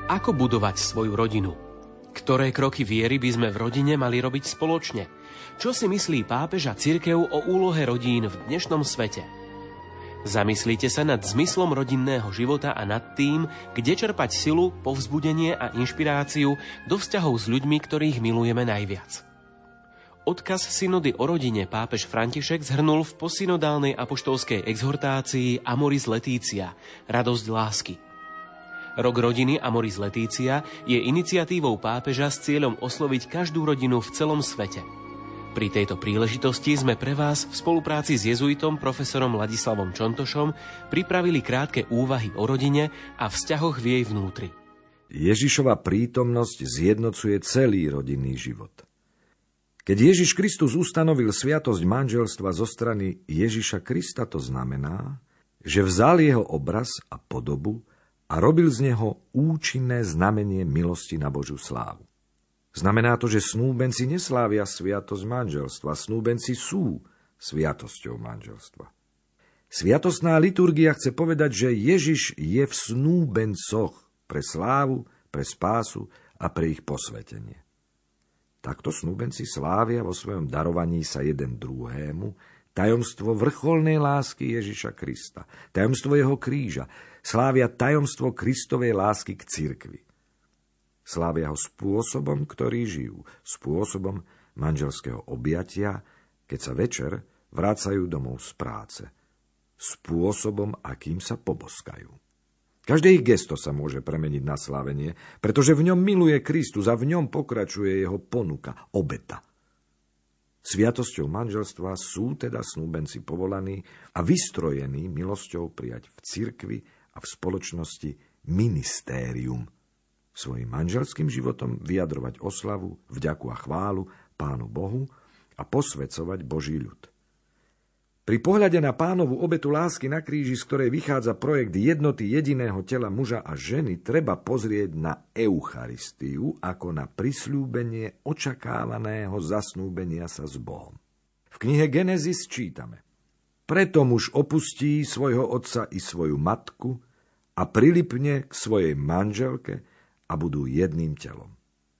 Ako budovať svoju rodinu? Ktoré kroky viery by sme v rodine mali robiť spoločne? Čo si myslí pápež a cirkev o úlohe rodín v dnešnom svete? Zamyslite sa nad zmyslom rodinného života a nad tým, kde čerpať silu, povzbudenie a inšpiráciu do vzťahov s ľuďmi, ktorých milujeme najviac. Odkaz synody o rodine pápež František zhrnul v posynodálnej apoštolskej exhortácii Amoris Laetitia, radosť lásky. Rok rodiny Amoris Laetitia je iniciatívou pápeža s cieľom osloviť každú rodinu v celom svete. Pri tejto príležitosti sme pre vás v spolupráci s jezuitom profesorom Ladislavom Čontošom pripravili krátke úvahy o rodine a vzťahoch v jej vnútri. Ježišova prítomnosť zjednocuje celý rodinný život. Keď Ježiš Kristus ustanovil sviatosť manželstva zo strany Ježiša Krista, to znamená, že vzal jeho obraz a podobu a robil z neho účinné znamenie milosti na Božiu slávu. Znamená to, že snúbenci neslávia sviatosť manželstva, snúbenci sú sviatosťou manželstva. Sviatostná liturgia chce povedať, že Ježiš je v snúbencoch pre slávu, pre spásu a pre ich posvetenie. Takto snúbenci slávia vo svojom darovaní sa jeden druhému tajomstvo vrcholnej lásky Ježiša Krista, tajomstvo jeho kríža, slávia tajomstvo Kristovej lásky k cirkvi. Slávia ho spôsobom, ktorý žijú, spôsobom manželského objatia, keď sa večer vracajú domov z práce, spôsobom, akým sa poboskajú. Každé ich gesto sa môže premeniť na slávenie, pretože v ňom miluje Kristus a v ňom pokračuje jeho ponuka, obeta. Sviatosťou manželstva sú teda snúbenci povolaní a vystrojení milosťou prijať v cirkvi a v spoločnosti ministérium, svojim manželským životom vyjadrovať oslavu, vďaku a chválu Pánu Bohu a posväcovať Boží ľud. Pri pohľade na Pánovu obetu lásky na kríži, z ktorej vychádza projekt jednoty jediného tela muža a ženy, treba pozrieť na Eucharistiu ako na prisľúbenie očakávaného zasnúbenia sa s Bohom. V knihe Genesis čítame: Preto muž opustí svojho otca i svoju matku a prilipne k svojej manželke a budú jedným telom.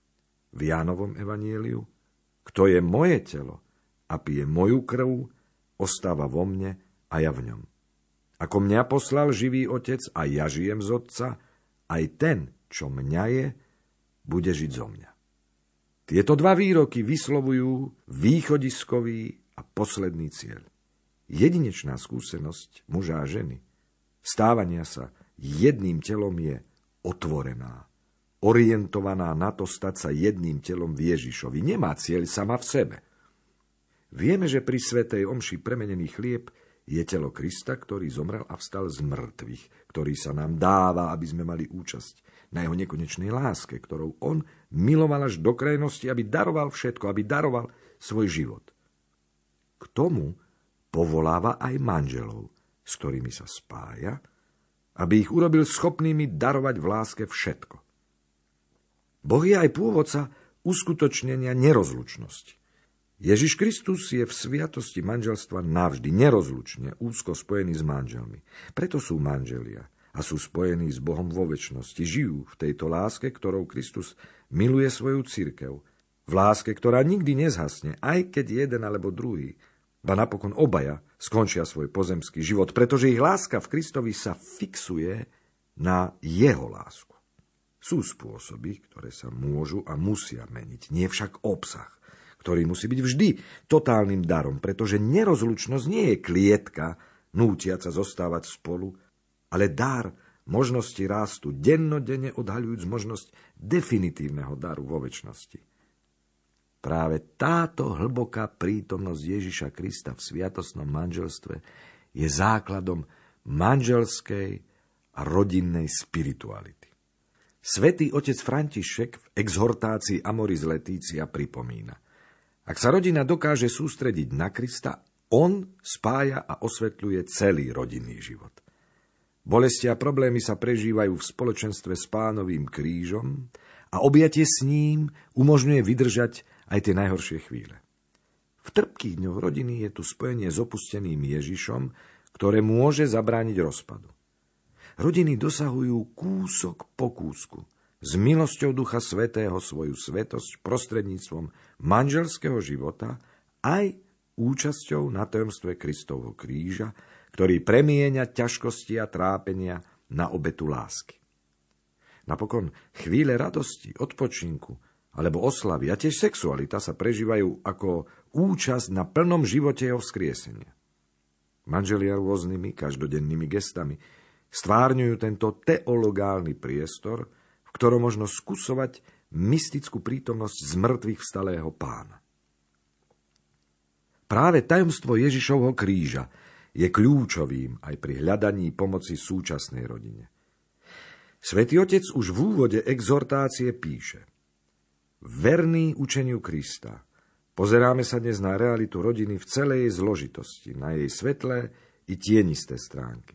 V Jánovom evanjeliu: Kto je moje telo a pije moju krv, ostáva vo mne a ja v ňom. Ako mňa poslal živý otec a ja žijem z otca, aj ten, čo mňa je, bude žiť zo mňa. Tieto dva výroky vyslovujú východiskový a posledný cieľ. Jedinečná skúsenosť muža a ženy, stávania sa jedným telom, je otvorená, orientovaná na to stať sa jedným telom v Ježišovi. Nemá cieľ sama v sebe. Vieme, že pri svätej omši premenený chlieb je telo Krista, ktorý zomrel a vstal z mŕtvych, ktorý sa nám dáva, aby sme mali účasť na jeho nekonečnej láske, ktorou on miloval až do krajnosti, aby daroval všetko, aby daroval svoj život. K tomu povoláva aj manželov, s ktorými sa spája, aby ich urobil schopnými darovať v láske všetko. Boh je aj pôvodca uskutočnenia nerozlučnosti. Ježiš Kristus je v sviatosti manželstva navždy nerozlučne úzko spojený s manželmi. Preto sú manželia a sú spojení s Bohom vo večnosti. Žijú v tejto láske, ktorou Kristus miluje svoju cirkev. V láske, ktorá nikdy nezhasne, aj keď jeden alebo druhý, ba napokon obaja, skončia svoj pozemský život, pretože ich láska v Kristovi sa fixuje na jeho lásku. Sú spôsoby, ktoré sa môžu a musia meniť, nie však obsah, ktorý musí byť vždy totálnym darom, pretože nerozlučnosť nie je klietka, nútiaca zostávať spolu, ale dar možnosti rástu, dennodenne odhaľujúc možnosť definitívneho daru vo večnosti. Práve táto hlboká prítomnosť Ježiša Krista v sviatostnom manželstve je základom manželskej a rodinnej spirituality. Svätý otec František v exhortácii Amoris Laetitia pripomína: Ak sa rodina dokáže sústrediť na Krista, on spája a osvetľuje celý rodinný život. Bolesti a problémy sa prežívajú v spoločenstve s Pánovým krížom a objatie s ním umožňuje vydržať aj tie najhoršie chvíle. V trpkých dňoch rodiny je tu spojenie s opusteným Ježišom, ktoré môže zabrániť rozpadu. Rodiny dosahujú kúsok po kúsku s milosťou Ducha Svätého svoju svetosť prostredníctvom manželského života aj účasťou na tajomstve Kristovho kríža, ktorý premieňa ťažkosti a trápenia na obetu lásky. Napokon chvíle radosti, odpočinku alebo oslavy a tiež sexualita sa prežívajú ako účasť na plnom živote jeho vzkriesenia. Manželia rôznymi každodennými gestami stvárňujú tento teologálny priestor, v ktorom možno skúsovať mystickú prítomnosť zmrtvých vstalého Pána. Práve tajomstvo Ježišovho kríža je kľúčovým aj pri hľadaní pomoci súčasnej rodine. Svätý Otec už v úvode exhortácie píše: Verný učeniu Krista, pozeráme sa dnes na realitu rodiny v celej jej zložitosti, na jej svetlé i tienisté stránky.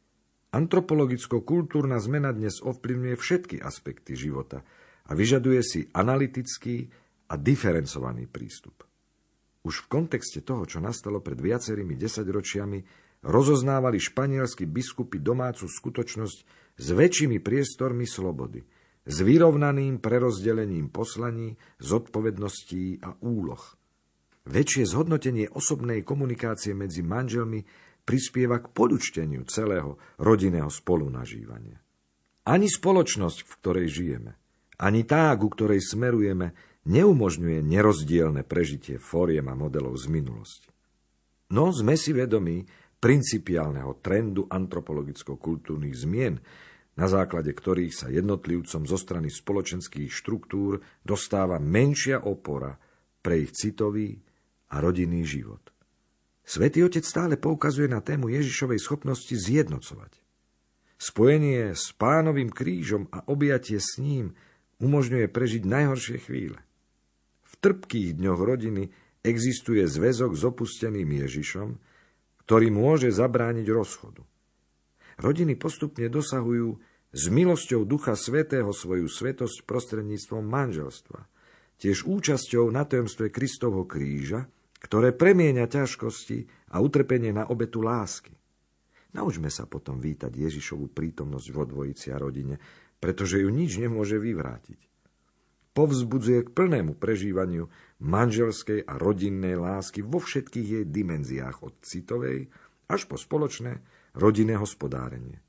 Antropologicko-kultúrna zmena dnes ovplyvňuje všetky aspekty života a vyžaduje si analytický a diferencovaný prístup. Už v kontexte toho, čo nastalo pred viacerými desaťročiami, rozoznávali španielski biskupy domácu skutočnosť s väčšími priestormi slobody, s vyrovnaným prerozdelením poslaní, zodpovedností a úloh. Väčšie zhodnotenie osobnej komunikácie medzi manželmi prispieva k poľučteniu celého rodinného spolunažívania. Ani spoločnosť, v ktorej žijeme, ani tá, ku ktorej smerujeme, neumožňuje nerozdielne prežitie fóriem a modelov z minulosti. No sme si vedomí principiálneho trendu antropologicko-kultúrnych zmien, na základe ktorých sa jednotlivcom zo strany spoločenských štruktúr dostáva menšia opora pre ich citový a rodinný život. Svätý Otec stále poukazuje na tému Ježišovej schopnosti zjednocovať. Spojenie s Pánovým krížom a objatie s ním umožňuje prežiť najhoršie chvíle. V trpkých dňoch rodiny existuje zväzok s opusteným Ježišom, ktorý môže zabrániť rozchodu. Rodiny postupne dosahujú s milosťou Ducha Svätého svoju svetosť prostredníctvom manželstva, tiež účasťou na tajomstve Kristovho kríža, ktoré premieňa ťažkosti a utrpenie na obetu lásky. Naučme sa potom vítať Ježišovu prítomnosť vo dvojici a rodine, pretože ju nič nemôže vyvrátiť. Povzbudzuje k plnému prežívaniu manželskej a rodinnej lásky vo všetkých jej dimenziách, od citovej až po spoločné rodinné hospodárenie.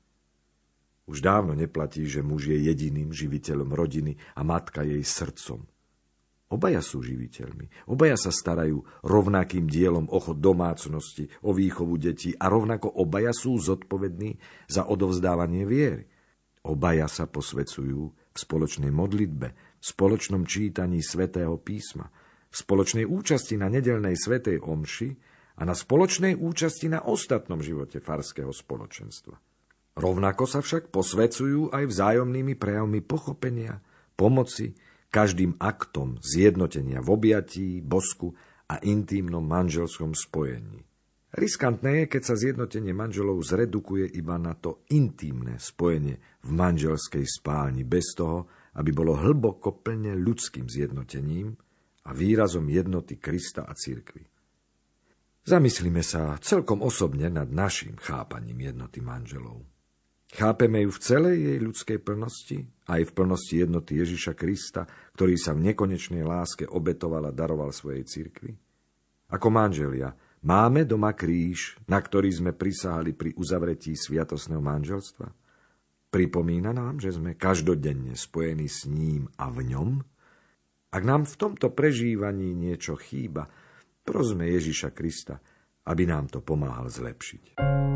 Už dávno neplatí, že muž je jediným živiteľom rodiny a matka jej srdcom. Obaja sú živiteľmi, obaja sa starajú rovnakým dielom o chod domácnosti, o výchovu detí a rovnako obaja sú zodpovední za odovzdávanie viery. Obaja sa posväcujú v spoločnej modlitbe, v spoločnom čítaní svätého písma, v spoločnej účasti na nedeľnej svätej omši a na spoločnej účasti na ostatnom živote farského spoločenstva. Rovnako sa však posväcujú aj vzájomnými prejavmi pochopenia, pomoci, každým aktom zjednotenia v objatí, bosku a intímnom manželskom spojení. Riskantné je, keď sa zjednotenie manželov zredukuje iba na to intímne spojenie v manželskej spálni, bez toho, aby bolo hlboko plne ľudským zjednotením a výrazom jednoty Krista a cirkvi. Zamyslíme sa celkom osobne nad našim chápaním jednoty manželov. Chápeme ju v celej jej ľudskej plnosti, aj v plnosti jednoty Ježiša Krista, ktorý sa v nekonečnej láske obetoval a daroval svojej cirkvi? Ako manželia, máme doma kríž, na ktorý sme prisahali pri uzavretí sviatosného manželstva? Pripomína nám, že sme každodenne spojení s ním a v ňom? Ak nám v tomto prežívaní niečo chýba, prosme Ježiša Krista, aby nám to pomáhal zlepšiť.